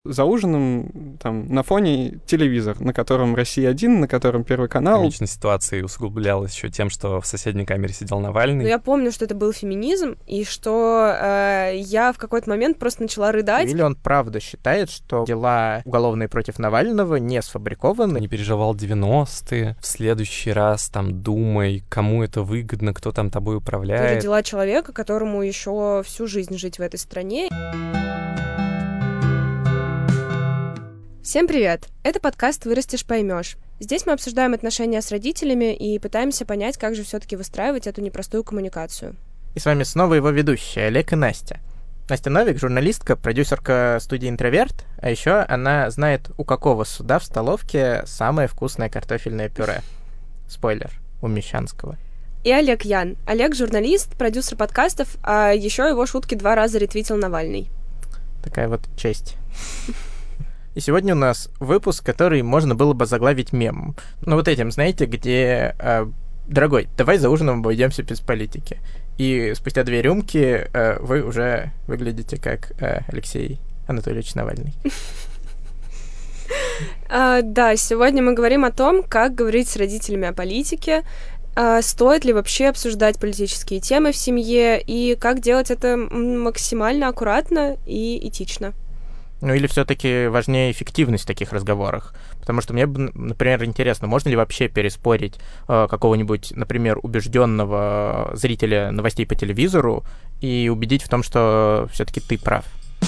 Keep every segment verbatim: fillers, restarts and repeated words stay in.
За ужином там на фоне телевизор, на котором Россия один, на котором Первый канал. Комичность ситуации усугублялась еще тем, что в соседней камере сидел Навальный. Но я помню, что это был феминизм, и что э, я в какой-то момент просто начала рыдать. Или он правда считает, что дела уголовные против Навального не сфабрикованы? Не переживал девяностые. В следующий раз там думай, кому это выгодно, кто там тобой управляет. Это дела человека, которому еще всю жизнь жить в этой стране. Всем привет! Это подкаст «Вырастешь, поймешь». Здесь мы обсуждаем отношения с родителями и пытаемся понять, как же все-таки выстраивать эту непростую коммуникацию. И с вами снова его ведущие Олег и Настя. Настя Новик, журналистка, продюсерка студии «Интроверт», а еще она знает, у какого суда в столовке самое вкусное картофельное пюре. Спойлер, у Мещанского. И Олег Ян. Олег — журналист, продюсер подкастов, а еще его шутки два раза ретвитил Навальный. Такая вот честь. И сегодня у нас выпуск, который можно было бы заглавить мемом. Ну вот этим, знаете, где э, «Дорогой, давай за ужином обойдемся без политики». И спустя две рюмки э, вы уже выглядите как э, Алексей Анатольевич Навальный. А, да, сегодня мы говорим о том, как говорить с родителями о политике, а, стоит ли вообще обсуждать политические темы в семье, и как делать это максимально аккуратно и этично. Ну или все-таки важнее эффективность в таких разговорах? Потому что мне, например, интересно, можно ли вообще переспорить э, какого-нибудь, например, убежденного зрителя новостей по телевизору и убедить в том, что все-таки ты прав?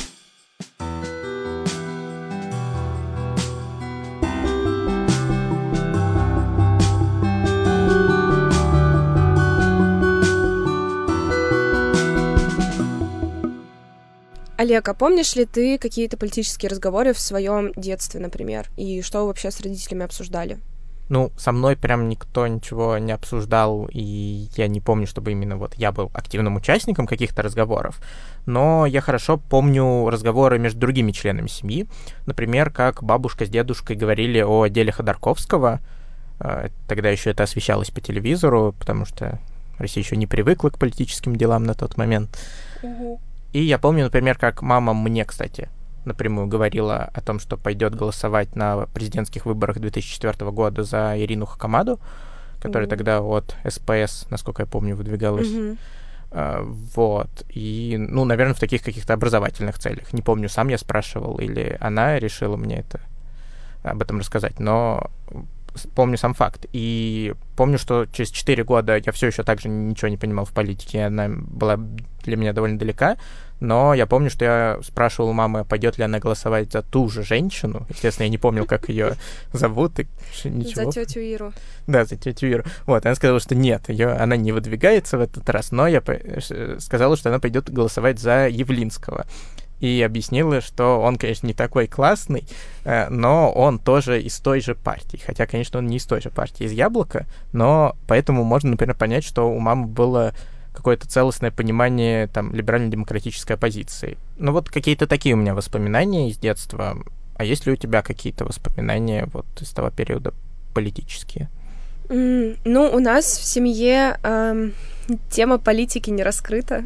Олег, а помнишь ли ты какие-то политические разговоры в своем детстве, например? И что вы вообще с родителями обсуждали? Ну, со мной прям никто ничего не обсуждал, и я не помню, чтобы именно вот я был активным участником каких-то разговоров, но я хорошо помню разговоры между другими членами семьи. Например, как бабушка с дедушкой говорили о деле Ходорковского. Тогда еще это освещалось по телевизору, потому что Россия еще не привыкла к политическим делам на тот момент. Угу. И я помню, например, как мама мне, кстати, напрямую говорила о том, что пойдет голосовать на президентских выборах две тысячи четвёртого года за Ирину Хакамаду, которая mm-hmm. тогда от СПС, насколько я помню, выдвигалась. Mm-hmm. А, вот. И, ну, наверное, в таких каких-то образовательных целях. Не помню, сам я спрашивал, или она решила мне это об этом рассказать, но помню сам факт. И помню, что через четыре года я все еще также ничего не понимал в политике, она была для меня довольно далека, но я помню, что я спрашивал у мамы, пойдет ли она голосовать за ту же женщину. Естественно, я не помнил, как ее зовут и ничего. За тетю Иру. Да, за тетю Иру. Вот, она сказала, что нет, ее, она не выдвигается в этот раз, но я сказала, что она пойдет голосовать за Явлинского. И объяснила, что он, конечно, не такой классный, но он тоже из той же партии. Хотя, конечно, он не из той же партии, из «Яблока», но поэтому можно, например, понять, что у мамы было какое-то целостное понимание там либерально-демократической оппозиции. Ну вот какие-то такие у меня воспоминания из детства. А есть ли у тебя какие-то воспоминания вот из того периода политические? Mm, ну, у нас в семье эм, тема политики не раскрыта.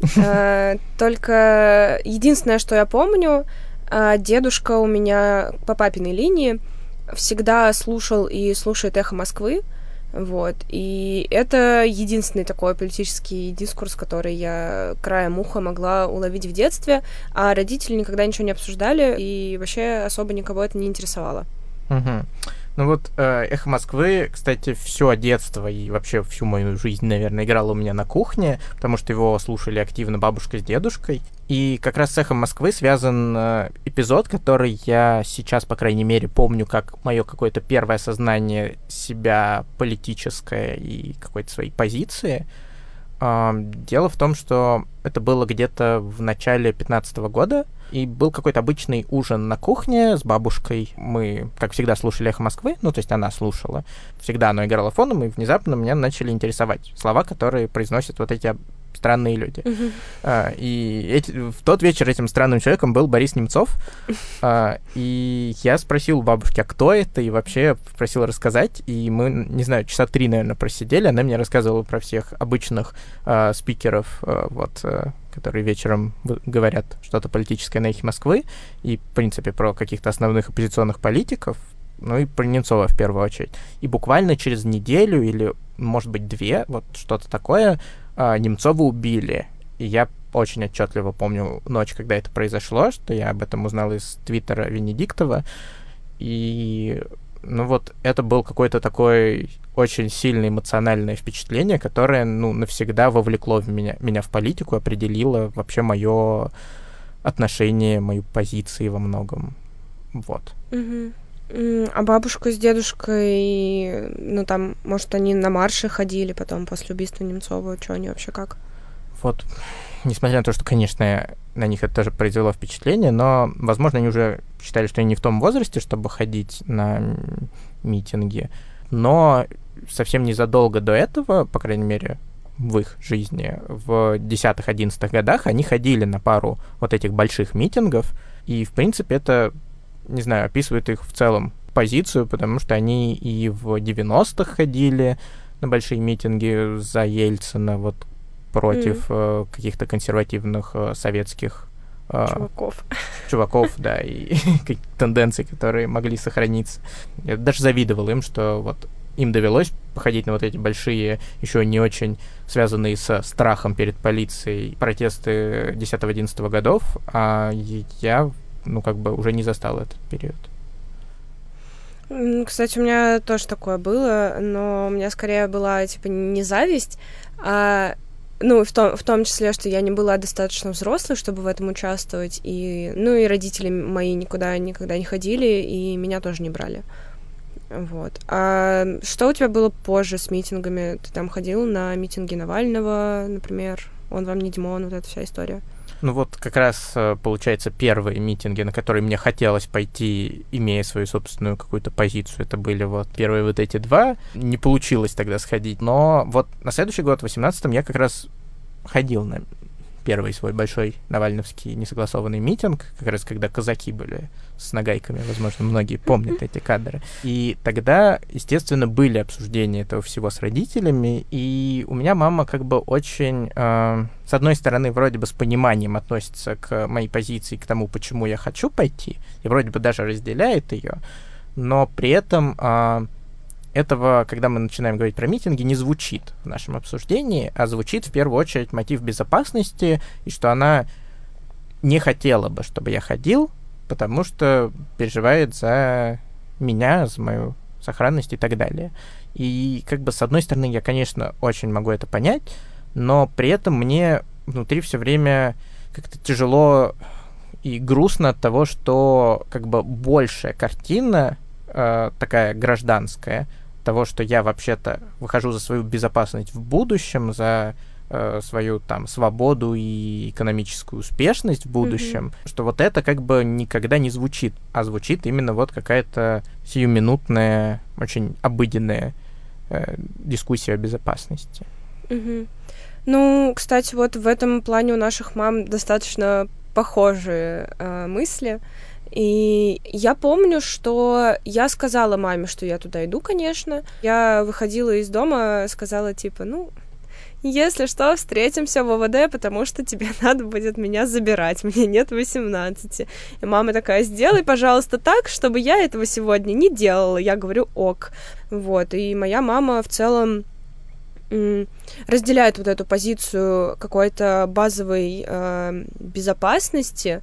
Только единственное, что я помню, дедушка у меня по папиной линии всегда слушал и слушает «Эхо Москвы», вот, и это единственный такой политический дискурс, который я краем уха могла уловить в детстве, а родители никогда ничего не обсуждали, и вообще особо никого это не интересовало. Угу. Ну вот э, «Эхо Москвы», кстати, все детство и вообще всю мою жизнь, наверное, играло у меня на кухне, потому что его слушали активно бабушка с дедушкой. И как раз с «Эхом Москвы» связан э, эпизод, который я сейчас, по крайней мере, помню как мое какое-то первое осознание себя политическое и какой-то своей позиции. Э, дело в том, что это было где-то в начале пятнадцатого года, и был какой-то обычный ужин на кухне с бабушкой. Мы, как всегда, слушали «Эхо Москвы», ну, то есть она слушала. Всегда оно играло фоном, и внезапно меня начали интересовать слова, которые произносят вот эти странные люди. Uh-huh. А, и эти, в тот вечер этим странным человеком был Борис Немцов. А, и я спросил у бабушки, а кто это? И вообще просил рассказать. И мы, не знаю, часа три, наверное, просидели. Она мне рассказывала про всех обычных а, спикеров, а, вот, а, которые вечером говорят что-то политическое на «Эхе Москвы», и, в принципе, про каких-то основных оппозиционных политиков, ну и про Немцова в первую очередь. И буквально через неделю или, может быть, две, вот что-то такое, Немцова убили. И я очень отчетливо помню ночь, когда это произошло, что я об этом узнал из твиттера Венедиктова. И, ну вот, это был какой-то такой очень сильное эмоциональное впечатление, которое, ну, навсегда вовлекло в меня, меня в политику, определило вообще мое отношение, мою позицию во многом. Вот. Mm-hmm. А бабушка с дедушкой, ну, там, может, они на марши ходили потом после убийства Немцова, что они вообще как? Вот, несмотря на то, что, конечно, на них это тоже произвело впечатление, но, возможно, они уже считали, что они не в том возрасте, чтобы ходить на митинги, но совсем незадолго до этого, по крайней мере, в их жизни, в десятых-одиннадцатых годах они ходили на пару вот этих больших митингов, и, в принципе, это, не знаю, описывает их в целом позицию, потому что они и в девяностых ходили на большие митинги за Ельцина, вот, против mm. э, каких-то консервативных э, советских э, чуваков. Чуваков, да, и тенденций, которые могли сохраниться. Я даже завидовал им, что вот им довелось походить на вот эти большие, еще не очень связанные со страхом перед полицией протесты десятого-одиннадцатого годов, а я, ну, как бы уже не застал этот период. Кстати, у меня тоже такое было, но у меня скорее была, типа, не зависть, а ну, в том, в том числе, что я не была достаточно взрослой, чтобы в этом участвовать, и, ну, и родители мои никуда никогда не ходили, и меня тоже не брали. Вот. А что у тебя было позже с митингами? Ты там ходил на митинги Навального, например? Он вам не Димон, вот эта вся история. Ну вот как раз, получается, первые митинги, на которые мне хотелось пойти, имея свою собственную какую-то позицию, это были вот первые вот эти два. Не получилось тогда сходить, но вот на следующий год, в восемнадцатом, я как раз ходил на первый свой большой навальновский несогласованный митинг, как раз когда казаки были с нагайками, возможно, многие помнят эти кадры. И тогда, естественно, были обсуждения этого всего с родителями, и у меня мама как бы очень, э, с одной стороны, вроде бы с пониманием относится к моей позиции, к тому, почему я хочу пойти, и вроде бы даже разделяет ее, но при этом э, этого, когда мы начинаем говорить про митинги, не звучит в нашем обсуждении, а звучит в первую очередь мотив безопасности, и что она не хотела бы, чтобы я ходил, потому что переживает за меня, за мою сохранность и так далее. И как бы с одной стороны я, конечно, очень могу это понять, но при этом мне внутри все время как-то тяжело и грустно от того, что как бы большая картина, э, такая гражданская, того, что я вообще-то выхожу за свою безопасность в будущем, за э, свою там свободу и экономическую успешность в будущем, mm-hmm. что вот это как бы никогда не звучит, а звучит именно вот какая-то сиюминутная, очень обыденная э, дискуссия о безопасности. Mm-hmm. Ну, кстати, вот в этом плане у наших мам достаточно похожие э, мысли. И я помню, что я сказала маме, что я туда иду, конечно. Я выходила из дома, сказала, типа, ну, если что, встретимся в ОВД, потому что тебе надо будет меня забирать, мне нет восемнадцати. И мама такая, сделай, пожалуйста, так, чтобы я этого сегодня не делала. Я говорю, ок. Вот, и моя мама в целом м- разделяет вот эту позицию какой-то базовой э, безопасности,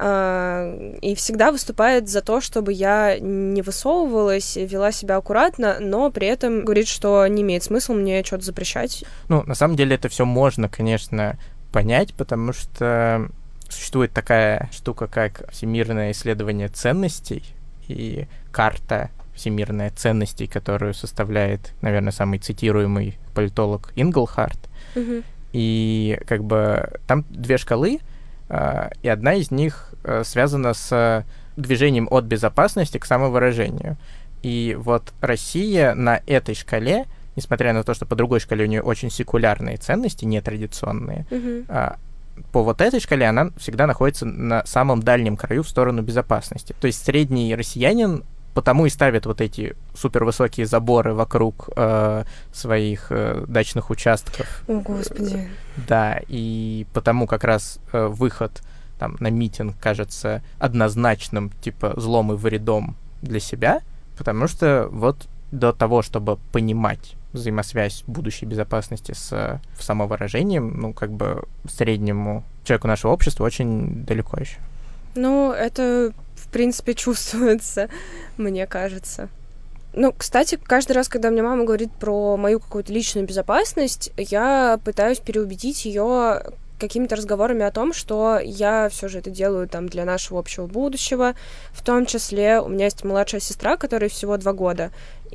и всегда выступает за то, чтобы я не высовывалась, вела себя аккуратно, но при этом говорит, что не имеет смысла мне что-то запрещать. Ну, на самом деле это все можно, конечно, понять, потому что существует такая штука, как всемирное исследование ценностей и карта всемирная ценностей, которую составляет, наверное, самый цитируемый политолог Инглхарт. Угу. И как бы там две шкалы, и одна из них связана с движением от безопасности к самовыражению. И вот Россия на этой шкале, несмотря на то, что по другой шкале у нее очень секулярные ценности, нетрадиционные, mm-hmm. по вот этой шкале она всегда находится на самом дальнем краю в сторону безопасности. То есть средний россиянин потому и ставят вот эти супервысокие заборы вокруг э, своих э, дачных участков. О, Господи. Да, и потому как раз э, выход там на митинг кажется однозначным, типа, злом и вредом для себя, потому что вот до того, чтобы понимать взаимосвязь будущей безопасности с самовыражением, ну, как бы среднему человеку нашего общества очень далеко еще. Ну, это, в принципе, чувствуется, мне кажется. Ну, кстати, каждый раз, когда мне мама говорит про мою какую-то личную безопасность, я пытаюсь переубедить ее какими-то разговорами о том, что я все же это делаю там для нашего общего будущего. В том числе у меня есть младшая сестра, которой всего два года,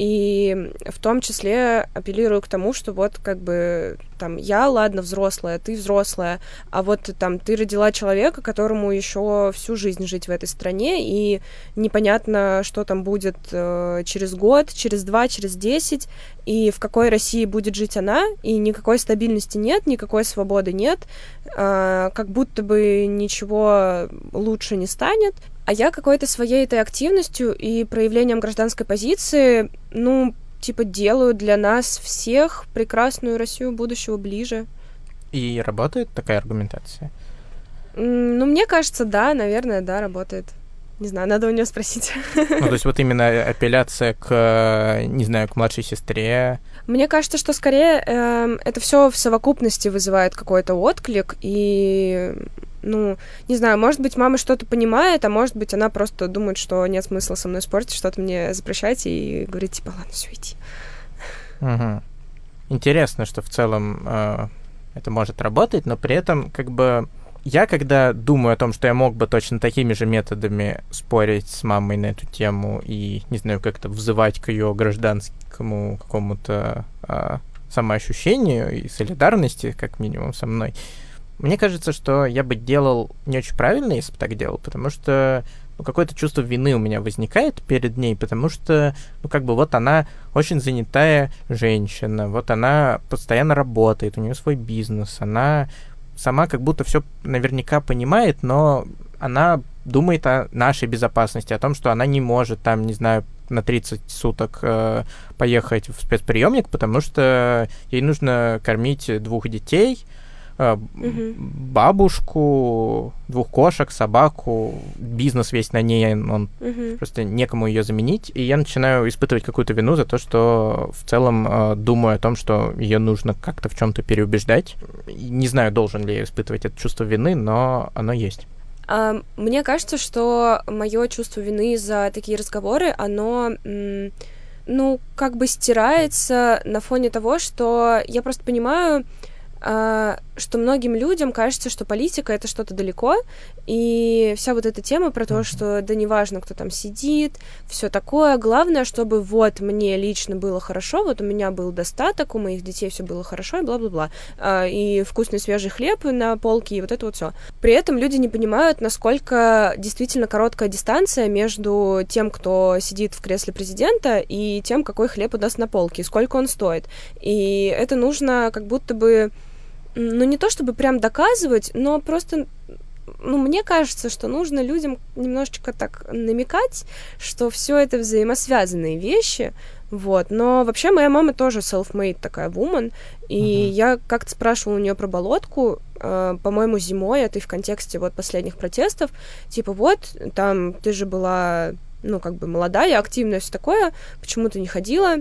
и в том числе апеллирую к тому, что вот как бы там я, ладно, взрослая, ты взрослая, а вот там ты родила человека, которому еще всю жизнь жить в этой стране, и непонятно, что там будет э, через год, через два, через десять, и в какой России будет жить она, и никакой стабильности нет, никакой свободы нет, э, как будто бы ничего лучше не станет. А я какой-то своей этой активностью и проявлением гражданской позиции, ну, типа, делаю для нас всех прекрасную Россию будущего ближе. И работает такая аргументация? Ну, мне кажется, да, наверное, да, работает. Не знаю, надо у нее спросить. Ну, то есть вот именно апелляция к, не знаю, к младшей сестре. Мне кажется, что скорее э, это все в совокупности вызывает какой-то отклик, и, ну, не знаю, может быть, мама что-то понимает, а может быть, она просто думает, что нет смысла со мной спорить, что-то мне запрещать, и говорит, типа, ладно, все, иди. Угу. Интересно, что в целом э, это может работать, но при этом, как бы, я, когда думаю о том, что я мог бы точно такими же методами спорить с мамой на эту тему и, не знаю, как-то взывать к ее гражданскому какому-то а, самоощущению и солидарности, как минимум, со мной, мне кажется, что я бы делал не очень правильно, если бы так делал, потому что ну, какое-то чувство вины у меня возникает перед ней, потому что, ну, как бы вот она очень занятая женщина, вот она постоянно работает, у нее свой бизнес, она сама как будто все наверняка понимает, но она думает о нашей безопасности, о том, что она не может там, не знаю, на тридцать суток э, поехать в спецприемник, потому что ей нужно кормить двух детей, э, mm-hmm. бабушку, двух кошек, собаку, бизнес весь на ней, он mm-hmm. просто некому ее заменить, и я начинаю испытывать какую-то вину за то, что в целом э, думаю о том, что ее нужно как-то в чем-то переубеждать. Не знаю, должен ли я испытывать это чувство вины, но оно есть. Uh, мне кажется, что мое чувство вины за такие разговоры, оно, м- ну, как бы стирается на фоне того, что я просто понимаю, uh, что многим людям кажется, что политика — это что-то далеко, и вся вот эта тема про то, что да неважно, кто там сидит, все такое, главное, чтобы вот мне лично было хорошо, вот у меня был достаток, у моих детей все было хорошо, и бла-бла-бла, uh, и вкусный свежий хлеб на полке, и вот это вот все. При этом люди не понимают, насколько действительно короткая дистанция между тем, кто сидит в кресле президента, и тем, какой хлеб у нас на полке, и сколько он стоит. И это нужно как будто бы, ну, не то чтобы прям доказывать, но просто, ну, мне кажется, что нужно людям немножечко так намекать, что все это взаимосвязанные вещи, вот. Но вообще моя мама тоже self-made такая woman, и uh-huh. я как-то спрашивала у нее про болотку, э, по-моему, зимой, это и в контексте вот последних протестов, типа вот, там, ты же была, ну, как бы молодая, активная, все такое, почему ты не ходила?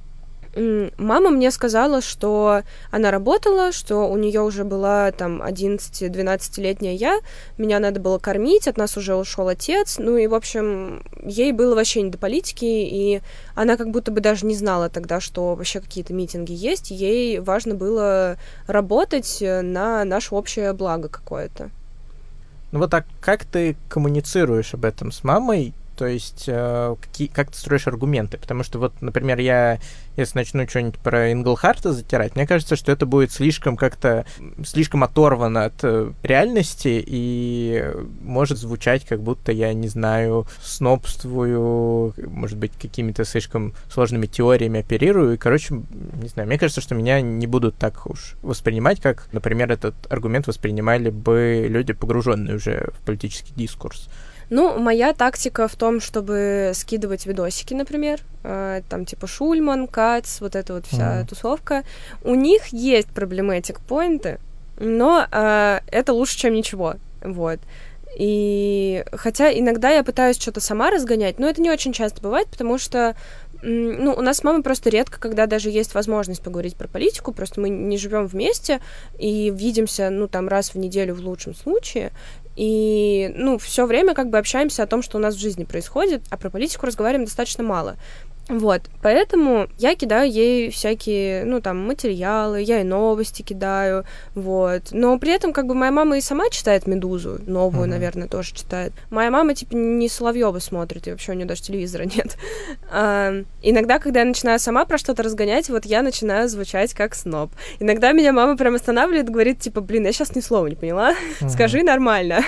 Мама мне сказала, что она работала, что у нее уже была там одиннадцати-двенадцатилетняя я, меня надо было кормить, от нас уже ушел отец, ну и, в общем, ей было вообще не до политики, и она как будто бы даже не знала тогда, что вообще какие-то митинги есть, ей важно было работать на наше общее благо какое-то. Ну вот так как ты коммуницируешь об этом с мамой? То есть, э, какие, как ты строишь аргументы? Потому что вот, например, я, если начну что-нибудь про Инглхарта затирать, мне кажется, что это будет слишком как-то, слишком оторвано от э, реальности и может звучать, как будто я, не знаю, снобствую, может быть, какими-то слишком сложными теориями оперирую. И, короче, не знаю, мне кажется, что меня не будут так уж воспринимать, как, например, этот аргумент воспринимали бы люди, погруженные уже в политический дискурс. Ну, моя тактика в том, чтобы скидывать видосики, например, э, там типа Шульман, Кац, вот эта вот вся mm-hmm. тусовка. У них есть проблематик-поинты, но э, это лучше, чем ничего, вот. И хотя иногда я пытаюсь что-то сама разгонять, но это не очень часто бывает, потому что ну, у нас с мамой просто редко, когда даже есть возможность поговорить про политику, просто мы не живем вместе и видимся, ну, там, раз в неделю в лучшем случае, и, ну, все время как бы общаемся о том, что у нас в жизни происходит, а про политику разговариваем достаточно мало. Вот, поэтому я кидаю ей всякие, ну, там, материалы, я и новости кидаю, вот. Но при этом, как бы, моя мама и сама читает «Медузу», новую, mm-hmm. наверное, тоже читает. Моя мама, типа, не Соловьёва смотрит, и вообще у нее даже телевизора нет. А, иногда, когда я начинаю сама про что-то разгонять, вот я начинаю звучать как сноб. Иногда меня мама прям останавливает, говорит, типа, блин, я сейчас ни слова не поняла, mm-hmm. скажи нормально.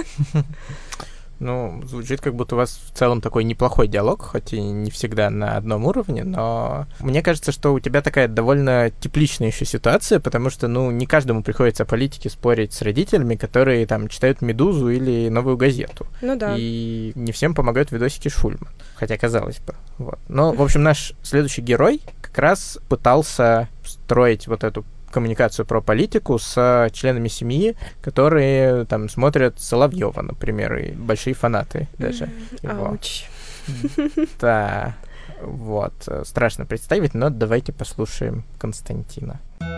Ну, звучит, как будто у вас в целом такой неплохой диалог, хоть и не всегда на одном уровне, но мне кажется, что у тебя такая довольно тепличная еще ситуация, потому что, ну, не каждому приходится о политике спорить с родителями, которые там читают «Медузу» или «Новую газету». Ну да. И не всем помогают видосики Шульман, хотя казалось бы. Вот. Но, в общем, наш следующий герой как раз пытался строить вот эту коммуникацию про политику с членами семьи, которые там смотрят Соловьева, например, и большие фанаты даже его. Ауч. Да, вот. Страшно представить, но давайте послушаем Константина.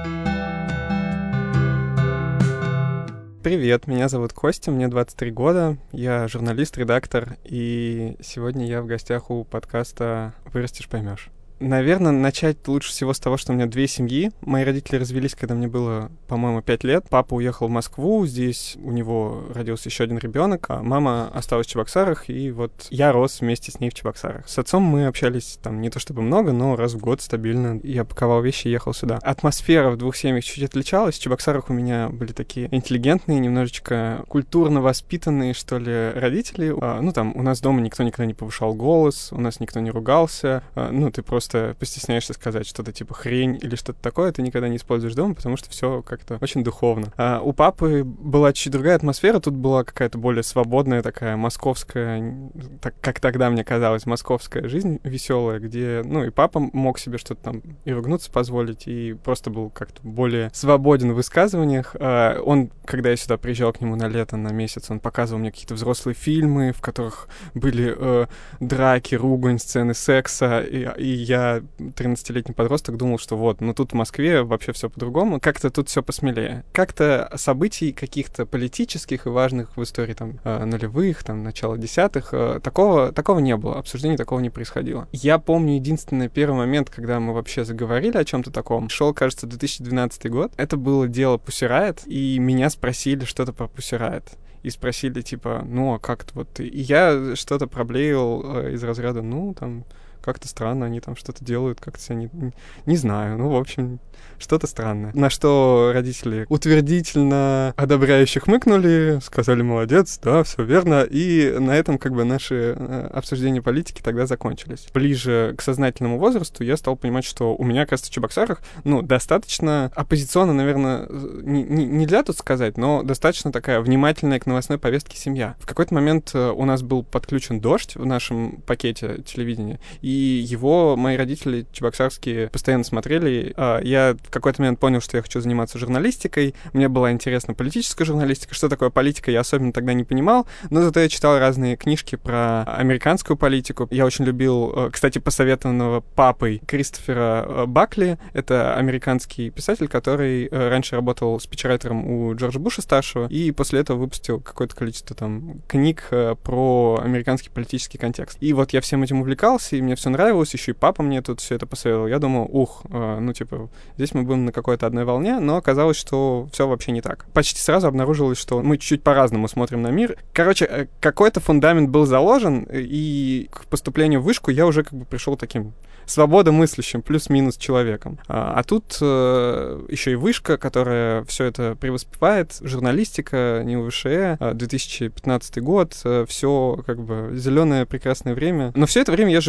Привет, меня зовут Костя, мне двадцать три года, я журналист, редактор, и сегодня я в гостях у подкаста «Вырастешь, поймешь». Наверное, начать лучше всего с того, что у меня две семьи. Мои родители развелись, когда мне было, по-моему, пять лет. Папа уехал в Москву, здесь у него родился еще один ребенок, а мама осталась в Чебоксарах, и вот я рос вместе с ней в Чебоксарах. С отцом мы общались там не то чтобы много, но раз в год стабильно. Я паковал вещи и ехал сюда. Атмосфера в двух семьях чуть отличалась. В Чебоксарах у меня были такие интеллигентные, немножечко культурно воспитанные, что ли, родители. А, ну, там, у нас дома никто никогда не повышал голос, у нас никто не ругался. А, ну, ты просто постесняешься сказать что-то типа хрень или что-то такое, ты никогда не используешь дома, потому что все как-то очень духовно. А у папы была чуть другая атмосфера, тут была какая-то более свободная такая московская, так, как тогда мне казалось, московская жизнь веселая, где, ну, и папа мог себе что-то там и ругнуться позволить, и просто был как-то более свободен в высказываниях. А он, когда я сюда приезжал к нему на лето, на месяц, он показывал мне какие-то взрослые фильмы, в которых были э, драки, ругань, сцены секса, и, и я Я тринадцатилетний подросток думал, что вот, ну тут в Москве вообще все по-другому, как-то тут все посмелее. Как-то событий каких-то политических и важных в истории там нулевых, там начала десятых, такого, такого не было, обсуждений такого не происходило. Я помню единственный первый момент, когда мы вообще заговорили о чем-то таком. Шел, кажется, две тысячи двенадцатый год. Это было дело Pussy Riot, и меня спросили что-то про Pussy Riot. И спросили, типа, ну, а как-то вот... И я что-то проблеял э, из разряда, ну, там... как-то странно, они там что-то делают, как-то себя не... Не знаю, ну, в общем, что-то странное. На что родители утвердительно одобряюще хмыкнули, сказали «молодец», да, все верно, и на этом как бы наши обсуждения политики тогда закончились. Ближе к сознательному возрасту я стал понимать, что у меня, кажется, в Чебоксарах, ну, достаточно оппозиционно, наверное, не, не, нельзя тут сказать, но достаточно такая внимательная к новостной повестке семья. В какой-то момент у нас был подключен «Дождь» в нашем пакете телевидения, и его мои родители чебоксарские постоянно смотрели. Я в какой-то момент понял, что я хочу заниматься журналистикой. Мне была интересна политическая журналистика. Что такое политика, я особенно тогда не понимал, но зато я читал разные книжки про американскую политику. Я очень любил, кстати, посоветованного папой Кристофера Бакли. Это американский писатель, который раньше работал спичрайтером у Джорджа Буша-старшего, и после этого выпустил какое-то количество там книг про американский политический контекст. И вот я всем этим увлекался, и мне все нравилось, еще и папа мне тут все это посоветовал. Я думал, ух, э, ну, типа, здесь мы будем на какой-то одной волне, но оказалось, что все вообще не так. Почти сразу обнаружилось, что мы чуть-чуть по-разному смотрим на мир. Короче, какой-то фундамент был заложен, и к поступлению в вышку я уже как бы пришел таким свободомыслящим, плюс-минус человеком. А, а тут э, еще и вышка, которая все это превоспевает, журналистика, НИУ-ВШЭ, две тысячи пятнадцатый год, э, все как бы зеленое прекрасное время. Но все это время я живу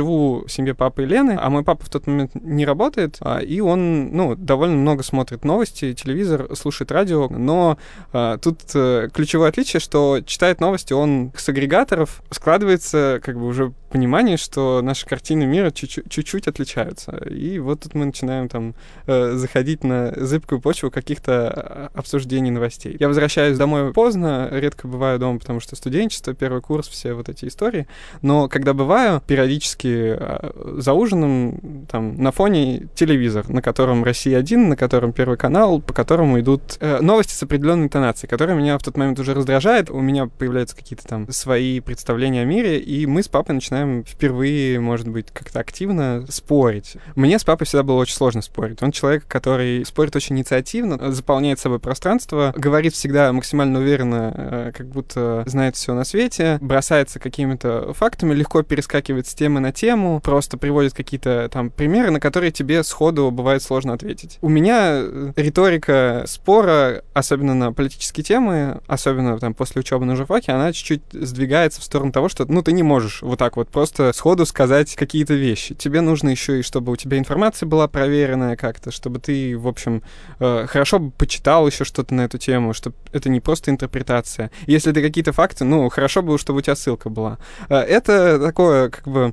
в семье папы и Лены, а мой папа в тот момент не работает, и он, ну, довольно много смотрит новости, телевизор, слушает радио, но а, тут а, ключевое отличие, что читает новости он с агрегаторов, складывается как бы уже понимание, что наши картины мира чуть-чуть, чуть-чуть отличаются. И вот тут мы начинаем там э, заходить на зыбкую почву каких-то обсуждений новостей. Я возвращаюсь домой поздно, редко бываю дома, потому что студенчество, первый курс, все вот эти истории. Но когда бываю, периодически э, за ужином там на фоне телевизор, на котором Россия один, на котором Первый канал, по которому идут э, новости с определенной интонацией, которая меня в тот момент уже раздражает. У меня появляются какие-то там свои представления о мире, и мы с папой начинаем впервые, может быть, как-то активно спорить. Мне с папой всегда было очень сложно спорить. Он человек, который спорит очень инициативно, заполняет собой пространство, говорит всегда максимально уверенно, как будто знает все на свете, бросается какими-то фактами, легко перескакивает с темы на тему, просто приводит какие-то там примеры, на которые тебе сходу бывает сложно ответить. У меня риторика спора, особенно на политические темы, особенно там после учебы на журфаке, она чуть-чуть сдвигается в сторону того, что, ну, ты не можешь вот так вот просто сходу сказать какие-то вещи. Тебе нужно еще и чтобы у тебя информация была проверенная как-то, чтобы ты, в общем, э, хорошо бы почитал еще что-то на эту тему, чтобы это не просто интерпретация. Если ты какие-то факты, ну, хорошо бы, чтобы у тебя ссылка была. Э, это такое, как бы,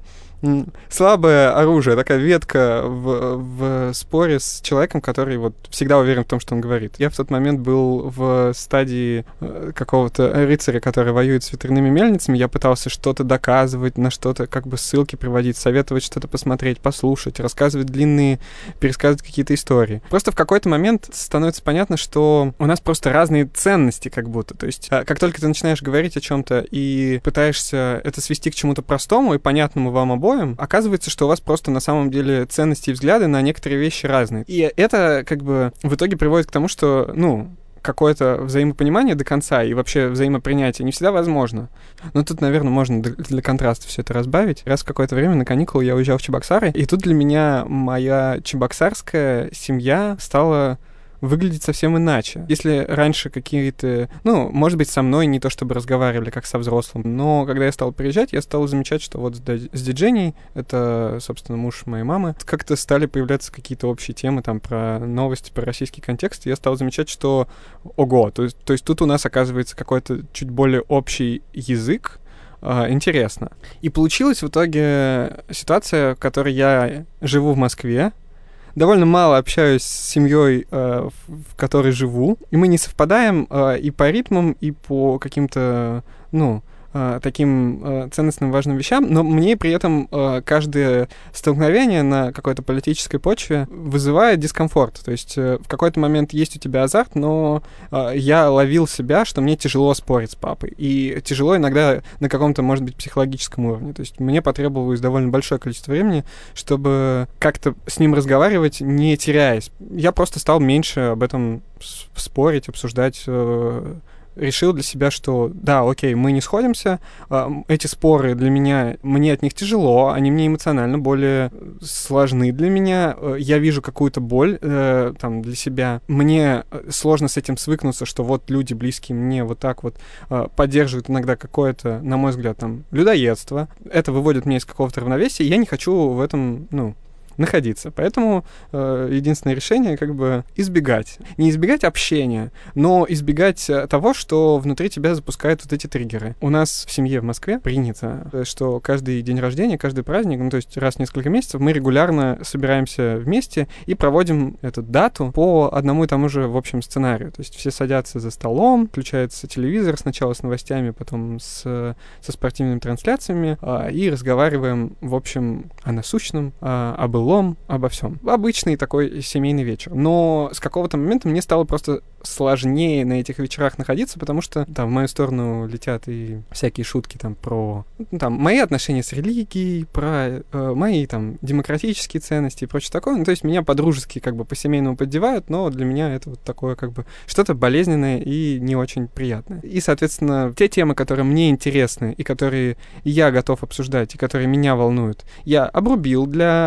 слабое оружие, такая ветка в, в споре с человеком, который вот всегда уверен в том, что он говорит. Я в тот момент был в стадии какого-то рыцаря, который воюет с ветряными мельницами. Я пытался что-то доказывать, на что-то как бы ссылки приводить, советовать что-то посмотреть, послушать, рассказывать длинные, пересказывать какие-то истории. Просто в какой-то момент становится понятно, что у нас просто разные ценности как будто. То есть как только ты начинаешь говорить о чем-то и пытаешься это свести к чему-то простому и понятному вам обоим, оказывается, что у вас просто на самом деле ценности и взгляды на некоторые вещи разные. И это как бы в итоге приводит к тому, что, ну, какое-то взаимопонимание до конца и вообще взаимопринятие не всегда возможно. Но тут, наверное, можно для контраста все это разбавить. Раз в какое-то время на каникулы я уезжал в Чебоксары, и тут для меня моя чебоксарская семья стала выглядеть совсем иначе. Если раньше какие-то... Ну, может быть, со мной не то чтобы разговаривали, как со взрослым, но когда я стал приезжать, я стал замечать, что вот с Дидженей, это, собственно, муж моей мамы, как-то стали появляться какие-то общие темы там про новости, про российский контекст, и я стал замечать, что ого, то есть, то есть тут у нас оказывается какой-то чуть более общий язык. Интересно. И получилась в итоге ситуация, в которой я живу в Москве, довольно мало общаюсь с семьей, э, в которой живу, и мы не совпадаем э, и по ритмам, и по каким-то, ну, э, таким э, ценностным важным вещам, но мне при этом э, каждое столкновение на какой-то политической почве вызывает дискомфорт. То есть э, в какой-то момент есть у тебя азарт, но э, я ловил себя, что мне тяжело спорить с папой. И тяжело иногда на каком-то, может быть, психологическом уровне. То есть мне потребовалось довольно большое количество времени, чтобы как-то с ним разговаривать, не теряясь. Я просто стал меньше об этом спорить, обсуждать, э, решил для себя, что да, окей, мы не сходимся, эти споры для меня, мне от них тяжело, они мне эмоционально более сложны для меня, я вижу какую-то боль э, там для себя, мне сложно с этим свыкнуться, что вот люди близкие мне вот так вот э, поддерживают иногда какое-то, на мой взгляд, там, людоедство, это выводит меня из какого-то равновесия, и я не хочу в этом, ну, находиться. Поэтому э, единственное решение как бы избегать. Не избегать общения, но избегать того, что внутри тебя запускает вот эти триггеры. У нас в семье в Москве принято, что каждый день рождения, каждый праздник, ну то есть раз в несколько месяцев мы регулярно собираемся вместе и проводим эту дату по одному и тому же, в общем, сценарию. То есть все садятся за столом, включается телевизор сначала с новостями, потом с, со спортивными трансляциями э, и разговариваем, в общем, о насущном, э, о былом, обо всем. Обычный такой семейный вечер. Но с какого-то момента мне стало просто сложнее на этих вечерах находиться, потому что там в мою сторону летят и всякие шутки там про ну, там, мои отношения с религией, про э, мои там демократические ценности и прочее такое. Ну, то есть меня по-дружески как бы по-семейному поддевают, но для меня это вот такое как бы что-то болезненное и не очень приятное. И, соответственно, те темы, которые мне интересны и которые я готов обсуждать, и которые меня волнуют, я обрубил для э,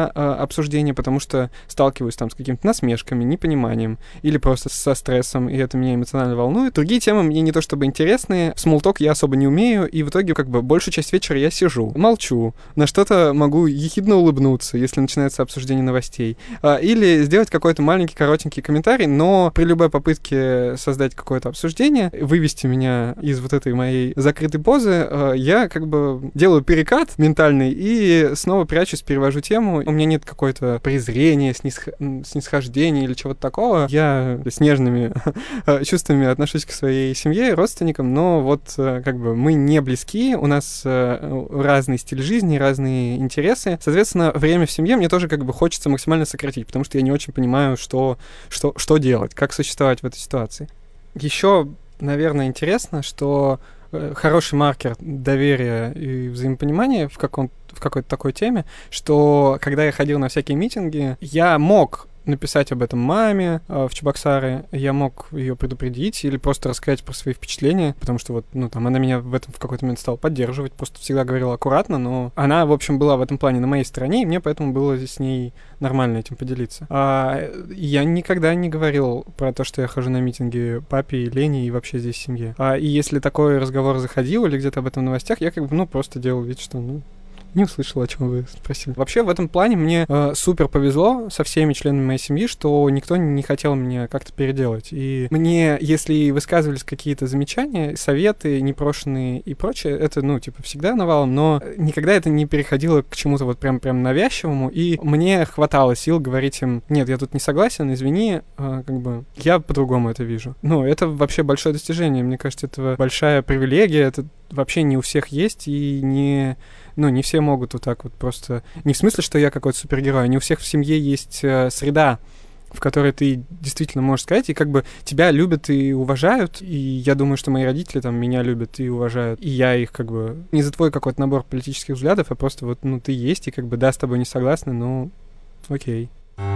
обсуждения, потому что сталкиваюсь там с какими-то насмешками, непониманием или просто со стрессом, и это меня эмоционально волнует. Другие темы мне не то чтобы интересные, смолток я особо не умею, и в итоге как бы большую часть вечера я сижу, молчу, на что-то могу ехидно улыбнуться, если начинается обсуждение новостей, или сделать какой-то маленький коротенький комментарий, но при любой попытке создать какое-то обсуждение, вывести меня из вот этой моей закрытой позы, я как бы делаю перекат ментальный и снова прячусь, перевожу тему. У меня нет какой-то презрения, снисх... снисхождения или чего-то такого. Я с нежными чувствами отношусь к своей семье и родственникам, но вот как бы мы не близки, у нас разный стиль жизни, разные интересы. Соответственно, время в семье мне тоже как бы хочется максимально сократить, потому что я не очень понимаю, что, что, что делать, как существовать в этой ситуации. Еще, наверное, интересно, что хороший маркер доверия и взаимопонимания в, каком, в какой-то такой теме, что когда я ходил на всякие митинги, я мог написать об этом маме э, в Чебоксары, я мог ее предупредить или просто рассказать про свои впечатления, потому что вот, ну, там, она меня в этом в какой-то момент стала поддерживать, просто всегда говорила аккуратно, но она, в общем, была в этом плане на моей стороне, и мне поэтому было с ней нормально этим поделиться. А я никогда не говорил про то, что я хожу на митинги папе, Лене и вообще здесь семье. А, и если такой разговор заходил или где-то об этом в новостях, я как бы, ну, просто делал вид, что, ну, не услышал, о чем вы спросили. Вообще, в этом плане мне э, супер повезло со всеми членами моей семьи, что никто не хотел меня как-то переделать. И мне, если высказывались какие-то замечания, советы непрошенные и прочее, это, ну, типа, всегда навалом, но никогда это не переходило к чему-то вот прям, прям навязчивому, и мне хватало сил говорить им: нет, я тут не согласен, извини, э, как бы, я по-другому это вижу. Ну, это вообще большое достижение, мне кажется, это большая привилегия, это вообще не у всех есть, и не... Ну, не все могут вот так вот просто... Не в смысле, что я какой-то супергерой, не у всех в семье есть э, среда, в которой ты действительно можешь сказать, и как бы тебя любят и уважают, и я думаю, что мои родители там меня любят и уважают, и я их как бы... Не за твой какой-то набор политических взглядов, а просто вот, ну, ты есть, и как бы, да, с тобой не согласны, ну, окей.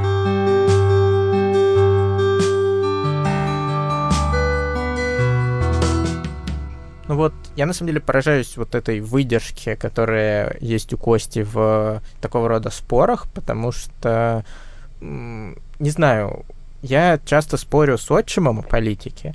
Ну вот, я на самом деле поражаюсь вот этой выдержке, которая есть у Кости в такого рода спорах, потому что, не знаю, я часто спорю с отчимом о политике,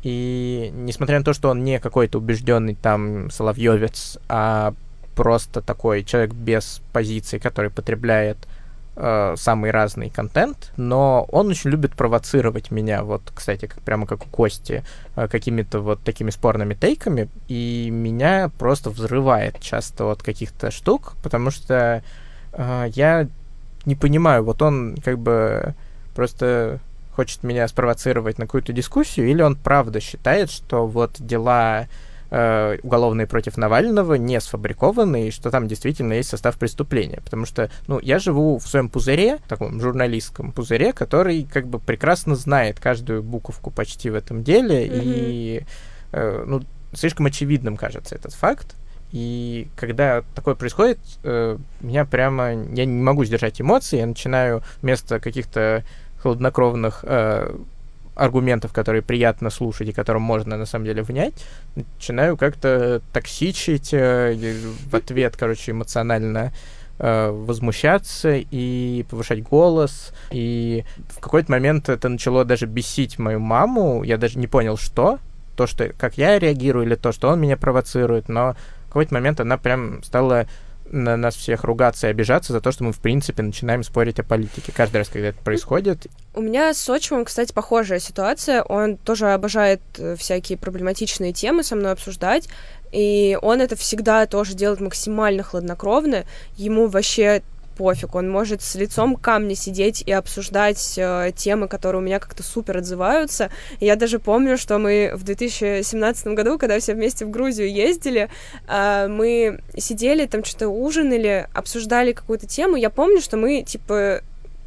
и несмотря на то, что он не какой-то убежденный там соловьевец, а просто такой человек без позиции, который потребляет самый разный контент, но он очень любит провоцировать меня, вот, кстати, как, прямо как у Кости, какими-то вот такими спорными тейками, и меня просто взрывает часто от каких-то штук, потому что э, я не понимаю, вот он как бы просто хочет меня спровоцировать на какую-то дискуссию, или он правда считает, что вот дела уголовные против Навального не сфабрикованы, и что там действительно есть состав преступления. Потому что, ну, я живу в своем пузыре, таком журналистском пузыре, который как бы прекрасно знает каждую буковку почти в этом деле, mm-hmm. и, э, ну, слишком очевидным кажется этот факт. И когда такое происходит, э, меня прямо... Я не могу сдержать эмоции, я начинаю вместо каких-то хладнокровных э, аргументов, которые приятно слушать и которым можно на самом деле внять, начинаю как-то токсичить, э, в ответ, короче, эмоционально э, возмущаться и повышать голос. И в какой-то момент это начало даже бесить мою маму. Я даже не понял, что. То, что как я реагирую, или то, что он меня провоцирует, но в какой-то момент она прям стала на нас всех ругаться и обижаться за то, что мы, в принципе, начинаем спорить о политике. Каждый раз, когда это происходит. У меня с отчимом, кстати, похожая ситуация. Он тоже обожает всякие проблематичные темы со мной обсуждать, и он это всегда тоже делает максимально хладнокровно. Ему вообще пофиг, он может с лицом камня сидеть и обсуждать э, темы, которые у меня как-то супер отзываются. И я даже помню, что мы в две тысячи семнадцатом году, когда все вместе в Грузию ездили, э, мы сидели, там что-то ужинали, обсуждали какую-то тему. Я помню, что мы, типа...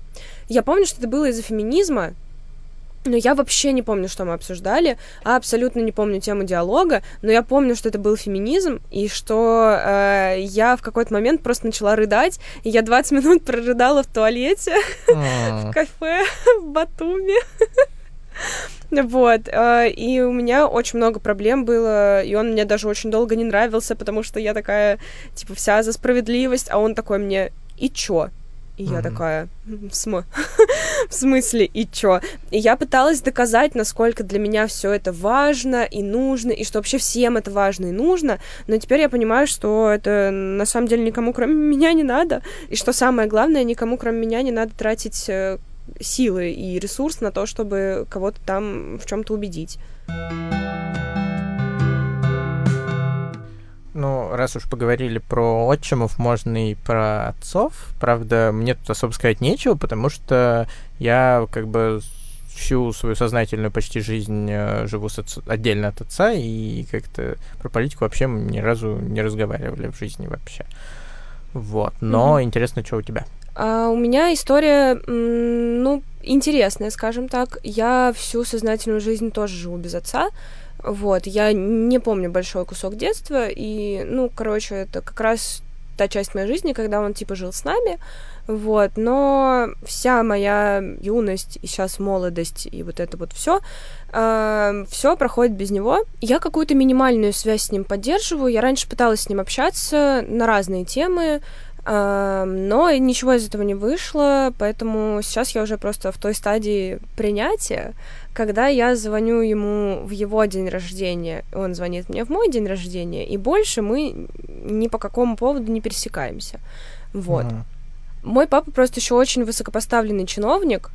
Я помню, что это было из-за феминизма, но я вообще не помню, что мы обсуждали, а абсолютно не помню тему диалога, но я помню, что это был феминизм, и что э, я в какой-то момент просто начала рыдать, и я двадцать минут прорыдала в туалете в кафе в Батуми. Вот, и у меня очень много проблем было, и он мне даже очень долго не нравился, потому что я такая, типа, вся за справедливость, а он такой мне: и чё? И Mm-hmm. я такая, в, см... в смысле, и чё? И я пыталась доказать, насколько для меня все это важно и нужно, и что вообще всем это важно и нужно, но теперь я понимаю, что это на самом деле никому, кроме меня, не надо, и что самое главное, никому, кроме меня, не надо тратить силы и ресурс на то, чтобы кого-то там в чем-то убедить. Ну, раз уж поговорили про отчимов, можно и про отцов. Правда, мне тут особо сказать нечего, потому что я как бы всю свою сознательную почти жизнь живу с отц... отдельно от отца, и как-то про политику вообще мы ни разу не разговаривали в жизни вообще. Вот. Но mm-hmm. интересно, что у тебя? А у меня история, ну, интересная, скажем так. Я всю сознательную жизнь тоже живу без отца. Вот, я не помню большой кусок детства, и, ну, короче, это как раз та часть моей жизни, когда он, типа, жил с нами, вот, но вся моя юность и сейчас молодость и вот это вот все, э, все проходит без него. Я какую-то минимальную связь с ним поддерживаю, я раньше пыталась с ним общаться на разные темы, Uh, но ничего из этого не вышло, поэтому сейчас я уже просто в той стадии принятия, когда я звоню ему в его день рождения, он звонит мне в мой день рождения, и больше мы ни по какому поводу не пересекаемся. Вот. Uh-huh. Мой папа просто еще очень высокопоставленный чиновник,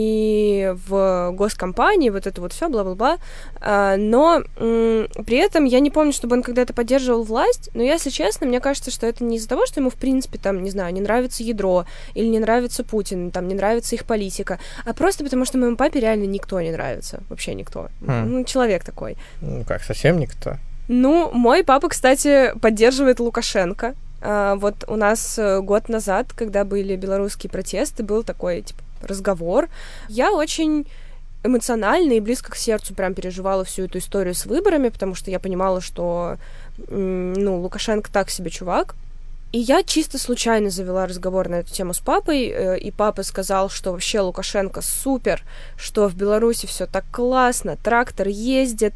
и в госкомпании, вот это вот все, бла-бла-бла. А, но м- при этом я не помню, чтобы он когда-то поддерживал власть, но, если честно, мне кажется, что это не из-за того, что ему, в принципе, там, не знаю, не нравится ядро, или не нравится Путин, там, не нравится их политика, а просто потому, что моему папе реально никто не нравится. Вообще никто. Mm. Ну, человек такой. Ну, как, совсем никто? Ну, мой папа, кстати, поддерживает Лукашенко. А, вот у нас год назад, когда были белорусские протесты, был такой, типа, разговор. Я очень эмоционально и близко к сердцу прям переживала всю эту историю с выборами, потому что я понимала, что, ну, Лукашенко так себе чувак. И я чисто случайно завела разговор на эту тему с папой, и папа сказал, что вообще Лукашенко супер, что в Беларуси все так классно, трактор ездит,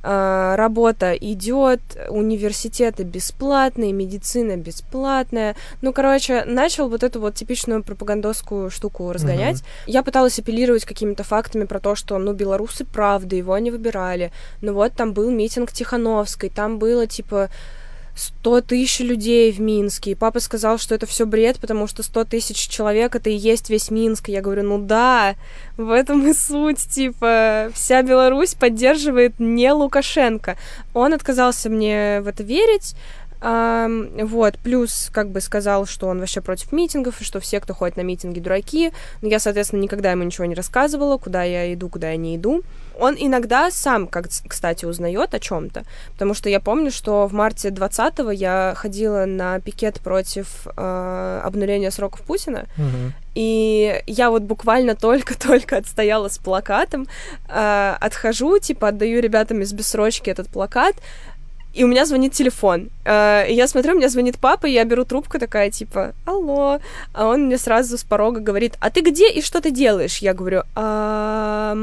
работа идет, университеты бесплатные, медицина бесплатная. Ну, короче, начал вот эту вот типичную пропагандистскую штуку разгонять. Mm-hmm. Я пыталась апеллировать какими-то фактами про то, что, ну, белорусы правда, его не выбирали. Ну вот там был митинг Тихановской, там было, типа, сто тысяч людей в Минске, и папа сказал, что это все бред, потому что сто тысяч человек — это и есть весь Минск. Я говорю, ну да, в этом и суть, типа, вся Беларусь поддерживает не Лукашенко. Он отказался мне в это верить, а, вот, плюс, как бы, сказал, что он вообще против митингов, и что все, кто ходит на митинги, дураки. Но я, соответственно, никогда ему ничего не рассказывала, куда я иду, куда я не иду. Он иногда сам, как, кстати, узнает о чем-то, потому что я помню, что в марте двадцатого я ходила на пикет против э, обнуления сроков Путина, угу. И я вот буквально только-только отстояла с плакатом, э, отхожу, типа, отдаю ребятам из бессрочки этот плакат, и у меня звонит телефон. Uh, и я смотрю, у меня звонит папа, и я беру трубку такая, типа, алло. А он мне сразу с порога говорит, а ты где и что ты делаешь? Я говорю, а...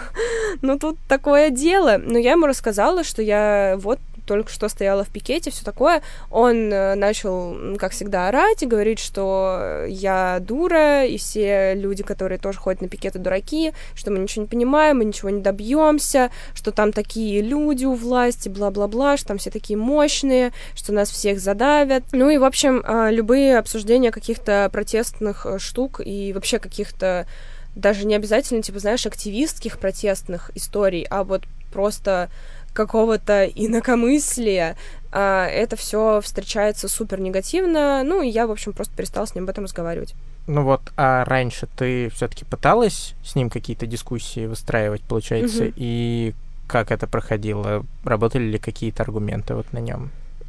ну тут такое дело. Но я ему рассказала, что я вот только что стояла в пикете, все такое. Он начал, как всегда, орать и говорить, что я дура, и все люди, которые тоже ходят на пикеты, дураки, что мы ничего не понимаем, мы ничего не добьемся, что там такие люди у власти, бла-бла-бла, что там все такие мощные, что нас всех задавят. Ну и, в общем, любые обсуждения каких-то протестных штук и вообще каких-то даже не обязательно, типа, знаешь, активистских протестных историй, а вот просто какого-то инакомыслия, а, это все встречается супер негативно, ну, и я, в общем, просто перестала с ним об этом разговаривать. Ну вот, а раньше ты все-таки пыталась с ним какие-то дискуссии выстраивать, получается, угу. И как это проходило? Работали ли какие-то аргументы вот на нем?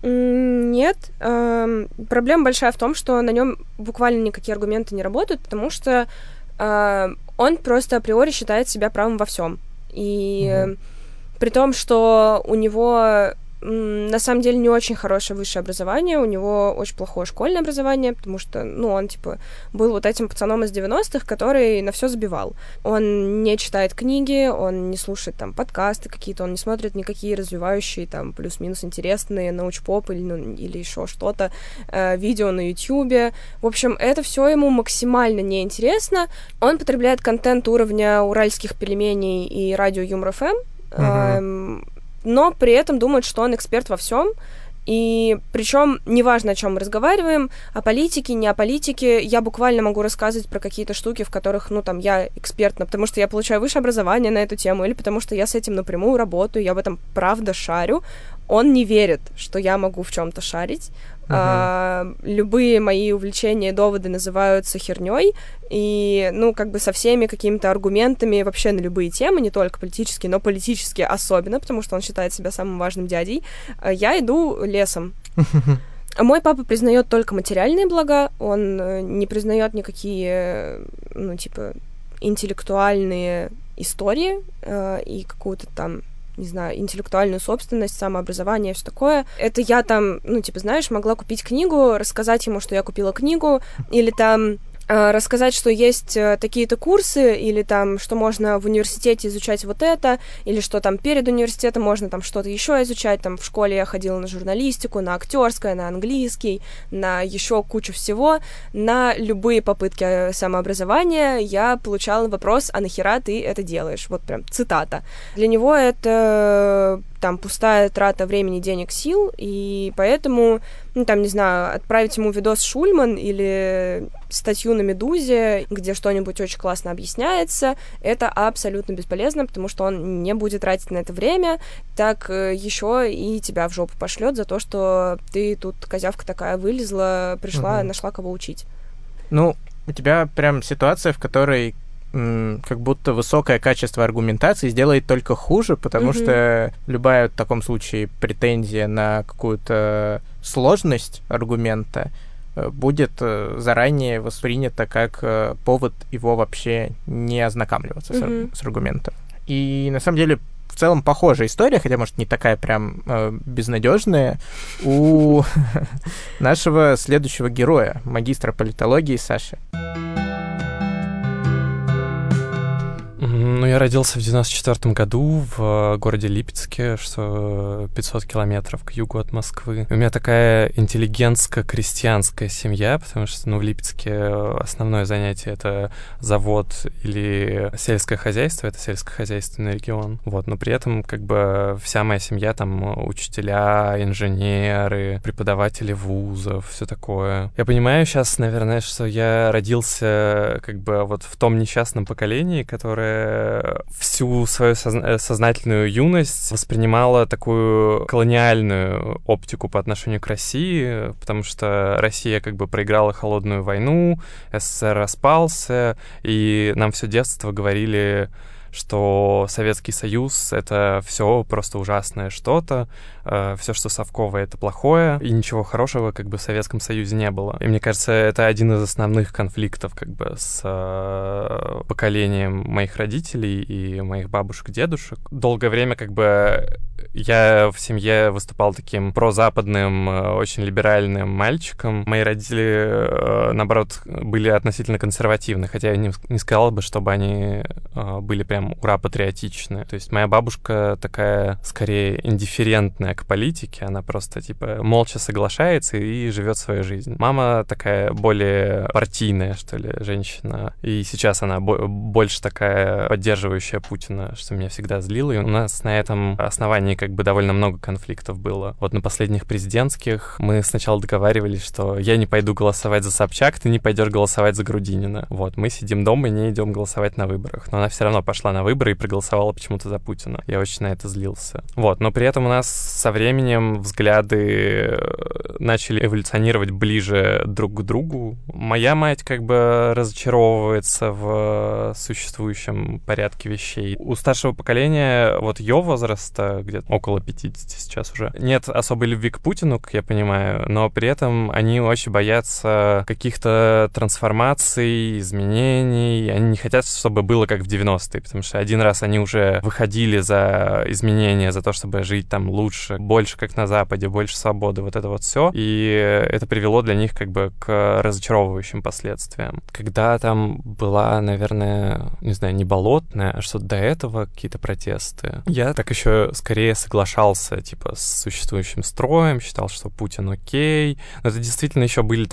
Нет. Э, проблема большая в том, что на нем буквально никакие аргументы не работают, потому что э, он просто априори считает себя правым во всем. И угу. При том, что у него на самом деле не очень хорошее высшее образование, у него очень плохое школьное образование, потому что, ну, он, типа, был вот этим пацаном из девяностых, который на все забивал. Он не читает книги, он не слушает, там, подкасты какие-то, он не смотрит никакие развивающие, там, плюс-минус интересные научпоп или, ну, или еще что-то, э, видео на Ютьюбе. В общем, это все ему максимально неинтересно. Он потребляет контент уровня уральских пельменей и радио Юмор эф эм, uh-huh. э, но при этом думает, что он эксперт во всем. И причем неважно, о чем мы разговариваем, о политике, не о политике, я буквально могу рассказывать про какие-то штуки, в которых, ну, там, я экспертна, потому что я получаю высшее образование на эту тему, или потому что я с этим напрямую работаю, я в этом правда шарю. Он не верит, что я могу в чем-то шарить. Uh-huh. А, любые мои увлечения и доводы называются херней, и, ну, как бы со всеми какими-то аргументами вообще на любые темы, не только политические, но политические особенно, потому что он считает себя самым важным дядей, я иду лесом. Мой папа признает только материальные блага, он не признает никакие, ну, типа, интеллектуальные истории э, и какую-то там, не знаю, интеллектуальную собственность, самообразование, все такое. Это я там, ну, типа, знаешь, могла купить книгу, рассказать ему, что я купила книгу, или там э, рассказать, что есть э, такие-то курсы, или там, что можно в университете изучать вот это, или что там перед университетом можно там что-то еще изучать. Там в школе я ходила на журналистику, на актерское, на английский, на еще кучу всего. На любые попытки самообразования я получала вопрос: а нахера ты это делаешь? Вот прям цитата. Для него это там пустая трата времени, денег, сил, и поэтому, ну, там, не знаю, отправить ему видос Шульман или статью на Медузе, где что-нибудь очень классно объясняется, это абсолютно бесполезно, потому что он не будет тратить на это время, так еще и тебя в жопу пошлет за то, что ты тут, козявка такая, вылезла, пришла, угу. нашла кого учить. Ну, у тебя прям ситуация, в которой как будто высокое качество аргументации сделает только хуже, потому mm-hmm. что любая в таком случае претензия на какую-то сложность аргумента будет заранее воспринята как повод его вообще не ознакомливаться mm-hmm. с, с аргументом. И на самом деле в целом похожая история, хотя, может, не такая прям э, безнадежная, у нашего следующего героя, магистра политологии Саши. Ну, я родился в девяносто четвёртом году в городе Липецке, что пятьсот километров к югу от Москвы. У меня такая интеллигентско-крестьянская семья, потому что, ну, в Липецке основное занятие — это завод или сельское хозяйство, это сельскохозяйственный регион. Вот, но при этом, как бы, вся моя семья там учителя, инженеры, преподаватели вузов, все такое. Я понимаю сейчас, наверное, что я родился, как бы, вот в том несчастном поколении, которое всю свою созна- сознательную юность воспринимала такую колониальную оптику по отношению к России, потому что Россия как бы проиграла холодную войну, СССР распался, и нам все детство говорили, что Советский Союз — это все просто ужасное что-то, э, все, что совковое, это плохое, и ничего хорошего как бы в Советском Союзе не было. И мне кажется, это один из основных конфликтов как бы с э, поколением моих родителей и моих бабушек, дедушек. Долгое время как бы я в семье выступал таким прозападным, очень либеральным мальчиком. Мои родители, э, наоборот, были относительно консервативны, хотя я не, не сказал бы, чтобы они э, были прям ура патриотичные. То есть моя бабушка такая, скорее, индифферентная к политике, она просто, типа, молча соглашается и живет свою жизнь. Мама такая более партийная, что ли, женщина, и сейчас она бо- больше такая поддерживающая Путина, что меня всегда злило, и у нас на этом основании как бы довольно много конфликтов было. Вот на последних президентских мы сначала договаривались, что я не пойду голосовать за Собчак, ты не пойдешь голосовать за Грудинина. Вот, мы сидим дома и не идем голосовать на выборах. Но она все равно пошла на выборы и проголосовала почему-то за Путина. Я очень на это злился. Вот, но при этом у нас со временем взгляды начали эволюционировать ближе друг к другу. Моя мать как бы разочаровывается в существующем порядке вещей. У старшего поколения, вот ее возраста, где-то лет, около пятидесяти сейчас уже. Нет особой любви к Путину, как я понимаю, но при этом они очень боятся каких-то трансформаций, изменений. Они не хотят, чтобы было как в девяностые, потому что один раз они уже выходили за изменения, за то, чтобы жить там лучше, больше как на Западе, больше свободы, вот это вот все. И это привело для них как бы к разочаровывающим последствиям. Когда там была, наверное, не знаю, не болотная, а что-то до этого, какие-то протесты, я так еще скорее соглашался, типа, с существующим строем, считал, что Путин окей. Но это действительно еще были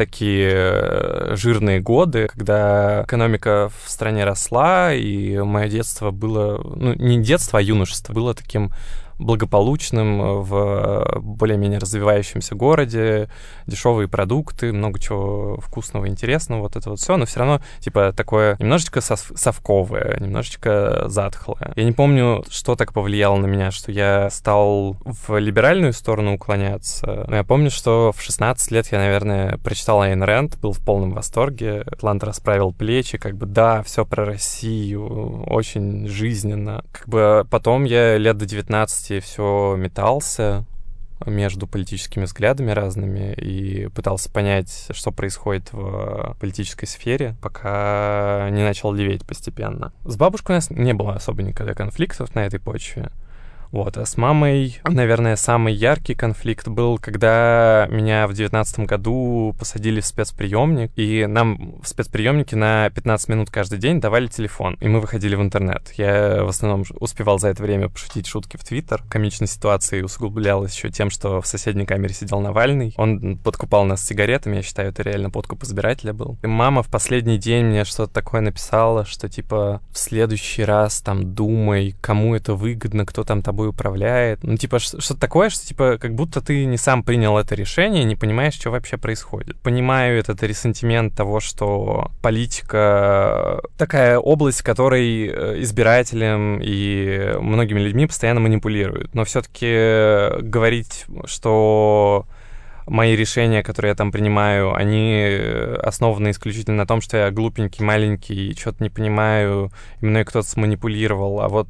такие жирные годы, когда экономика в стране росла, и мое детство было, ну, не детство, а юношество, было таким благополучным в более-менее развивающемся городе, дешевые продукты, много чего вкусного, интересного, вот это вот все, но все равно, типа, такое немножечко сов- совковое, немножечко затхлое. Я не помню, что так повлияло на меня, что я стал в либеральную сторону уклоняться, но я помню, что в шестнадцать лет я, наверное, прочитал Айн Рэнд, был в полном восторге, Атлант расправил плечи, как бы, да, все про Россию, очень жизненно. Как бы потом я лет до девятнадцати все метался между политическими взглядами разными и пытался понять, что происходит в политической сфере, пока не начал леветь постепенно. С бабушкой у нас не было особо никогда конфликтов на этой почве. Вот, а с мамой, наверное, самый яркий конфликт был, когда меня в девятнадцатом году посадили в спецприемник, и нам в спецприемнике на пятнадцать минут каждый день давали телефон, и мы выходили в интернет. Я в основном успевал за это время пошутить шутки в Твиттер. Комичность ситуации усугублялась еще тем, что в соседней камере сидел Навальный. Он подкупал нас сигаретами, я считаю, это реально подкуп избирателя был. И мама в последний день мне что-то такое написала, что типа в следующий раз там думай, кому это выгодно, кто там тобой управляет. Ну, типа, что-то такое, что, типа, как будто ты не сам принял это решение, не понимаешь, что вообще происходит. Понимаю этот ресентимент того, что политика такая область, в которой избирателям и многими людьми постоянно манипулируют. Но все-таки говорить, что мои решения, которые я там принимаю, они основаны исключительно на том, что я глупенький, маленький, что-то не понимаю, и мной кто-то сманипулировал, а вот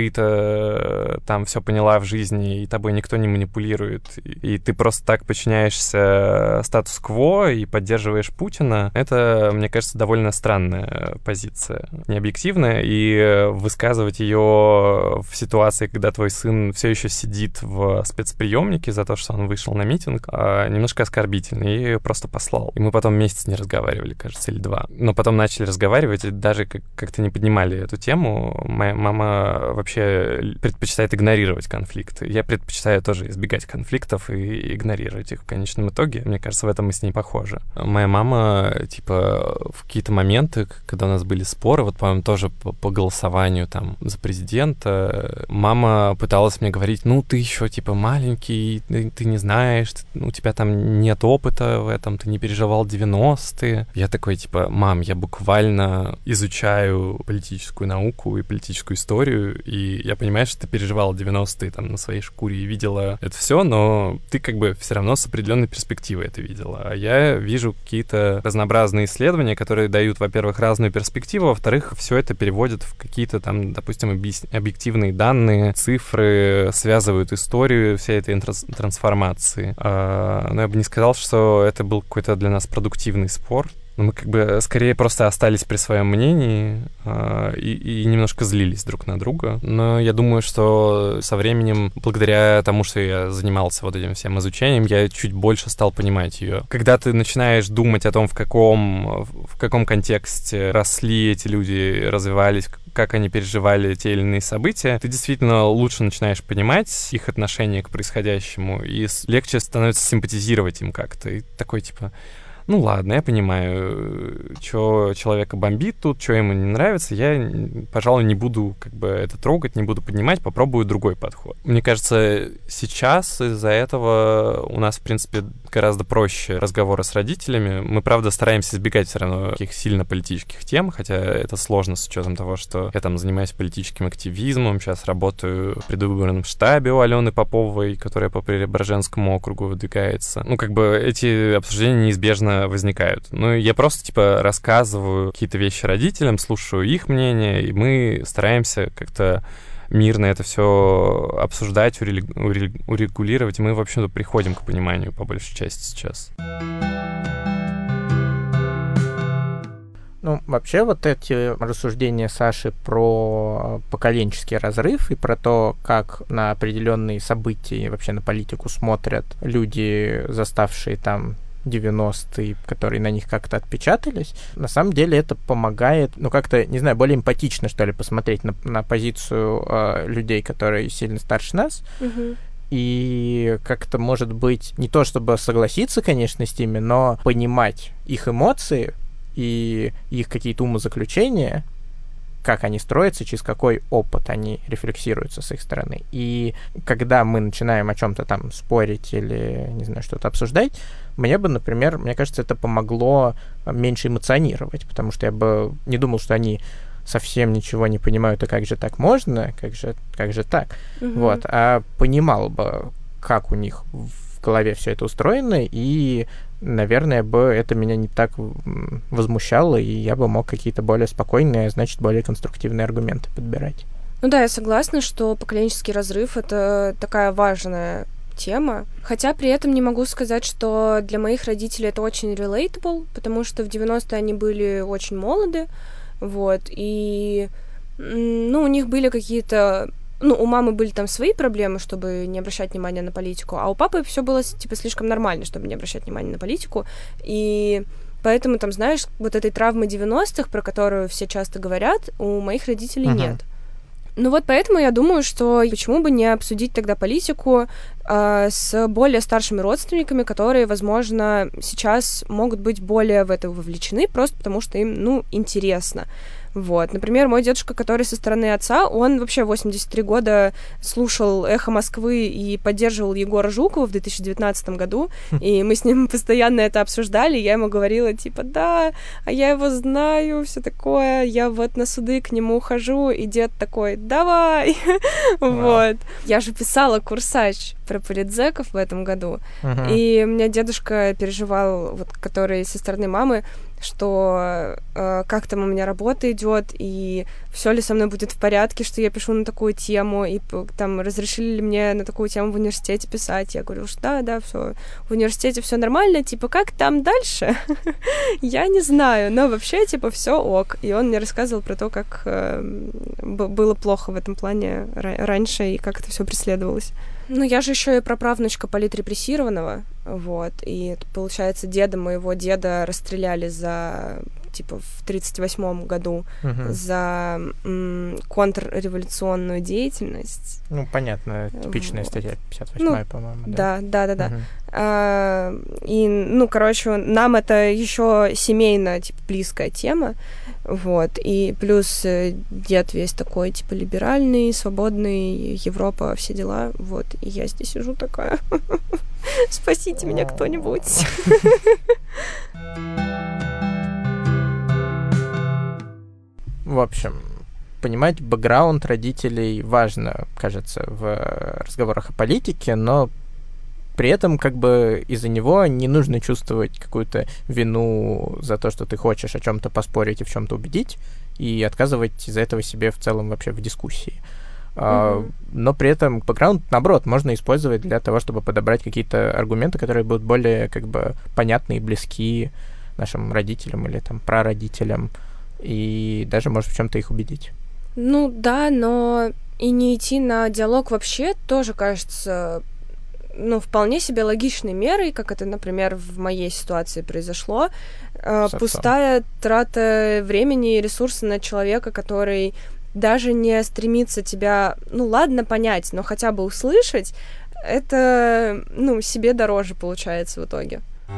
ты-то там все поняла в жизни, и тобой никто не манипулирует, и ты просто так подчиняешься статус-кво и поддерживаешь Путина, это, мне кажется, довольно странная позиция, необъективная, и высказывать ее в ситуации, когда твой сын все еще сидит в спецприемнике за то, что он вышел на митинг, немножко оскорбительно, и я ее просто послал. И мы потом месяц не разговаривали, кажется, или два. Но потом начали разговаривать, и даже как-то не поднимали эту тему. Моя мама вообще предпочитает игнорировать конфликты. Я предпочитаю тоже избегать конфликтов и игнорировать их в конечном итоге. Мне кажется, в этом мы с ней похожи. Моя мама, типа, в какие-то моменты, когда у нас были споры, вот, по-моему, тоже по, по голосованию там за президента, мама пыталась мне говорить, ну, ты еще, типа, маленький, ты, ты не знаешь, ты, у тебя там нет опыта в этом, ты не переживал девяностые. Я такой, типа, мам, я буквально изучаю политическую науку и политическую историю, и я понимаю, что ты переживала девяностые там на своей шкуре и видела это все, но ты как бы все равно с определенной перспективой это видела. А я вижу какие-то разнообразные исследования, которые дают, во-первых, разную перспективу, во-вторых, все это переводят в какие-то там, допустим, объективные данные, цифры, связывают историю всей этой трансформации. А, но я бы не сказал, что это был какой-то для нас продуктивный спор. Но мы как бы скорее просто остались при своем мнении э, и, и немножко злились друг на друга. Но я думаю, что со временем, благодаря тому, что я занимался вот этим всем изучением, я чуть больше стал понимать ее. Когда ты начинаешь думать о том, в каком, в каком контексте росли эти люди, развивались, как они переживали те или иные события, ты действительно лучше начинаешь понимать их отношение к происходящему, и легче становится симпатизировать им как-то. И такой, типа... Ну ладно, я понимаю, что человека бомбит тут, что ему не нравится, я, пожалуй, не буду как бы это трогать, не буду поднимать, попробую другой подход. Мне кажется, сейчас из-за этого у нас, в принципе, гораздо проще разговоры с родителями. Мы, правда, стараемся избегать все равно таких сильно политических тем, хотя это сложно с учетом того, что я там занимаюсь политическим активизмом, сейчас работаю в предвыборном штабе у Алены Поповой, которая по Преображенскому округу выдвигается. Ну, как бы эти обсуждения неизбежно возникают. Ну, я просто, типа, рассказываю какие-то вещи родителям, слушаю их мнение, и мы стараемся как-то мирно это все обсуждать, урегулировать, и мы, в общем-то, приходим к пониманию по большей части сейчас. Ну, вообще, вот эти рассуждения Саши про поколенческий разрыв и про то, как на определенные события и вообще на политику смотрят люди, заставшие там девяностые, которые на них как-то отпечатались, на самом деле это помогает, ну, как-то, не знаю, более эмпатично, что ли, посмотреть на, на позицию э, людей, которые сильно старше нас, Mm-hmm. и как-то, может быть, не то чтобы согласиться, конечно, с ними, но понимать их эмоции и их какие-то умозаключения, как они строятся, через какой опыт они рефлексируются с их стороны. И когда мы начинаем о чем-то там спорить или, не знаю, что-то обсуждать, мне бы, например, мне кажется, это помогло меньше эмоционировать, потому что я бы не думал, что они совсем ничего не понимают, и как же так можно, как же, как же так, mm-hmm. вот, а понимал бы, как у них в голове все это устроено, и, наверное, бы это меня не так возмущало, и я бы мог какие-то более спокойные, значит, более конструктивные аргументы подбирать. Ну да, я согласна, что поколенческий разрыв — это такая важная тема, хотя при этом не могу сказать, что для моих родителей это очень relatable, потому что в девяностые они были очень молоды, вот, и, ну, у них были какие-то... Ну, у мамы были там свои проблемы, чтобы не обращать внимания на политику, а у папы все было, типа, слишком нормально, чтобы не обращать внимания на политику, и поэтому, там, знаешь, вот этой травмы девяностых, про которую все часто говорят, у моих родителей uh-huh. нет. Ну вот поэтому я думаю, что почему бы не обсудить тогда политику э, с более старшими родственниками, которые, возможно, сейчас могут быть более в это вовлечены, просто потому что им, ну, интересно. Вот. Например, мой дедушка, который со стороны отца, он вообще восемьдесят три года слушал «Эхо Москвы» и поддерживал Егора Жукова в две тысячи девятнадцатом году, и мы с ним постоянно это обсуждали, и я ему говорила, типа, да, а я его знаю, все такое, я вот на суды к нему хожу, и дед такой, давай! Вот. Я же писала курсач про политзеков в этом году, и у меня дедушка переживал, вот, который со стороны мамы, что э, как там у меня работа идет, и все ли со мной будет в порядке, что я пишу на такую тему, и там разрешили ли мне на такую тему в университете писать. Я говорю, что да, да, все в университете все нормально, типа, как там дальше? Я не знаю, но вообще, типа, все ок. И он мне рассказывал про то, как э, было плохо в этом плане раньше, и как это все преследовалось. Ну, я же еще и праправнучка политрепрессированного, вот, и, получается, деда моего деда расстреляли за, типа, в тридцать восьмом году uh-huh. за м- контрреволюционную деятельность. Ну, понятно, типичная вот. Статья пятьдесят восьмая, ну, по-моему, да? Да, да, да, да. Uh-huh. А, и, ну, короче, нам это еще семейно, типа, близкая тема, вот, и плюс дед весь такой, типа, либеральный, свободный, Европа, все дела, вот, и я здесь сижу такая, спасите меня кто-нибудь. В общем, понимать бэкграунд родителей важно, кажется, в разговорах о политике, но при этом как бы из-за него не нужно чувствовать какую-то вину за то, что ты хочешь о чем-то поспорить и в чем-то убедить, и отказывать из-за этого себе в целом вообще в дискуссии. Mm-hmm. Но при этом бэкграунд, наоборот, можно использовать для того, чтобы подобрать какие-то аргументы, которые будут более как бы понятны и близки нашим родителям или там прародителям, и даже, может, в чем-то их убедить. Ну да, но и не идти на диалог вообще тоже кажется, ну, вполне себе логичной мерой, как это, например, в моей ситуации произошло. Э, пустая трата времени и ресурсов на человека, который даже не стремится тебя, ну, ладно, понять, но хотя бы услышать, это, ну, себе дороже получается в итоге.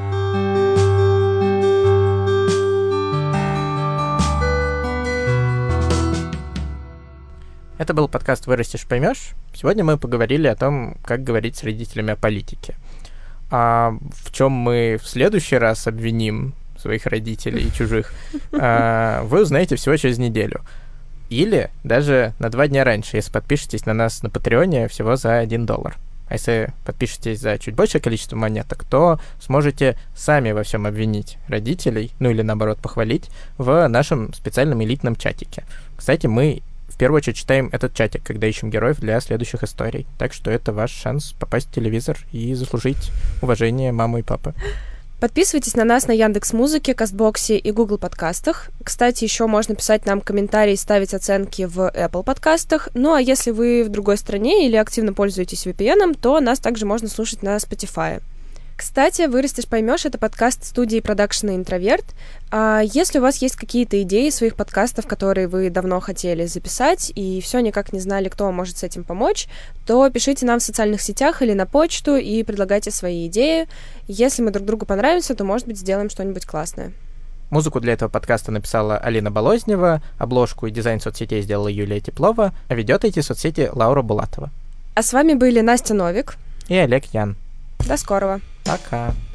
Это был подкаст «Вырастешь, поймешь». Сегодня мы поговорили о том, как говорить с родителями о политике. А в чем мы в следующий раз обвиним своих родителей и чужих, вы узнаете всего через неделю. Или даже на два дня раньше, если подпишетесь на нас на Патреоне всего за один доллар. А если подпишетесь за чуть большее количество монеток, то сможете сами во всем обвинить родителей, ну или наоборот похвалить, в нашем специальном элитном чатике. Кстати, мы в первую очередь читаем этот чатик, когда ищем героев для следующих историй. Так что это ваш шанс попасть в телевизор и заслужить уважение мамы и папы. Подписывайтесь на нас на Яндекс.Музыке, Кастбоксе и Google подкастах. Кстати, еще можно писать нам комментарии и ставить оценки в Apple подкастах. Ну а если вы в другой стране или активно пользуетесь ви пи эн, то нас также можно слушать на Spotify. Кстати, «Вырастешь, поймешь» — это подкаст студии продакшена «Интроверт». А если у вас есть какие-то идеи своих подкастов, которые вы давно хотели записать, и все никак не знали, кто может с этим помочь, то пишите нам в социальных сетях или на почту и предлагайте свои идеи. Если мы друг другу понравимся, то, может быть, сделаем что-нибудь классное. Музыку для этого подкаста написала Алина Болознева, обложку и дизайн соцсетей сделала Юлия Теплова, а ведет эти соцсети Лаура Булатова. А с вами были Настя Новик и Олег Ян. До скорого. Пока.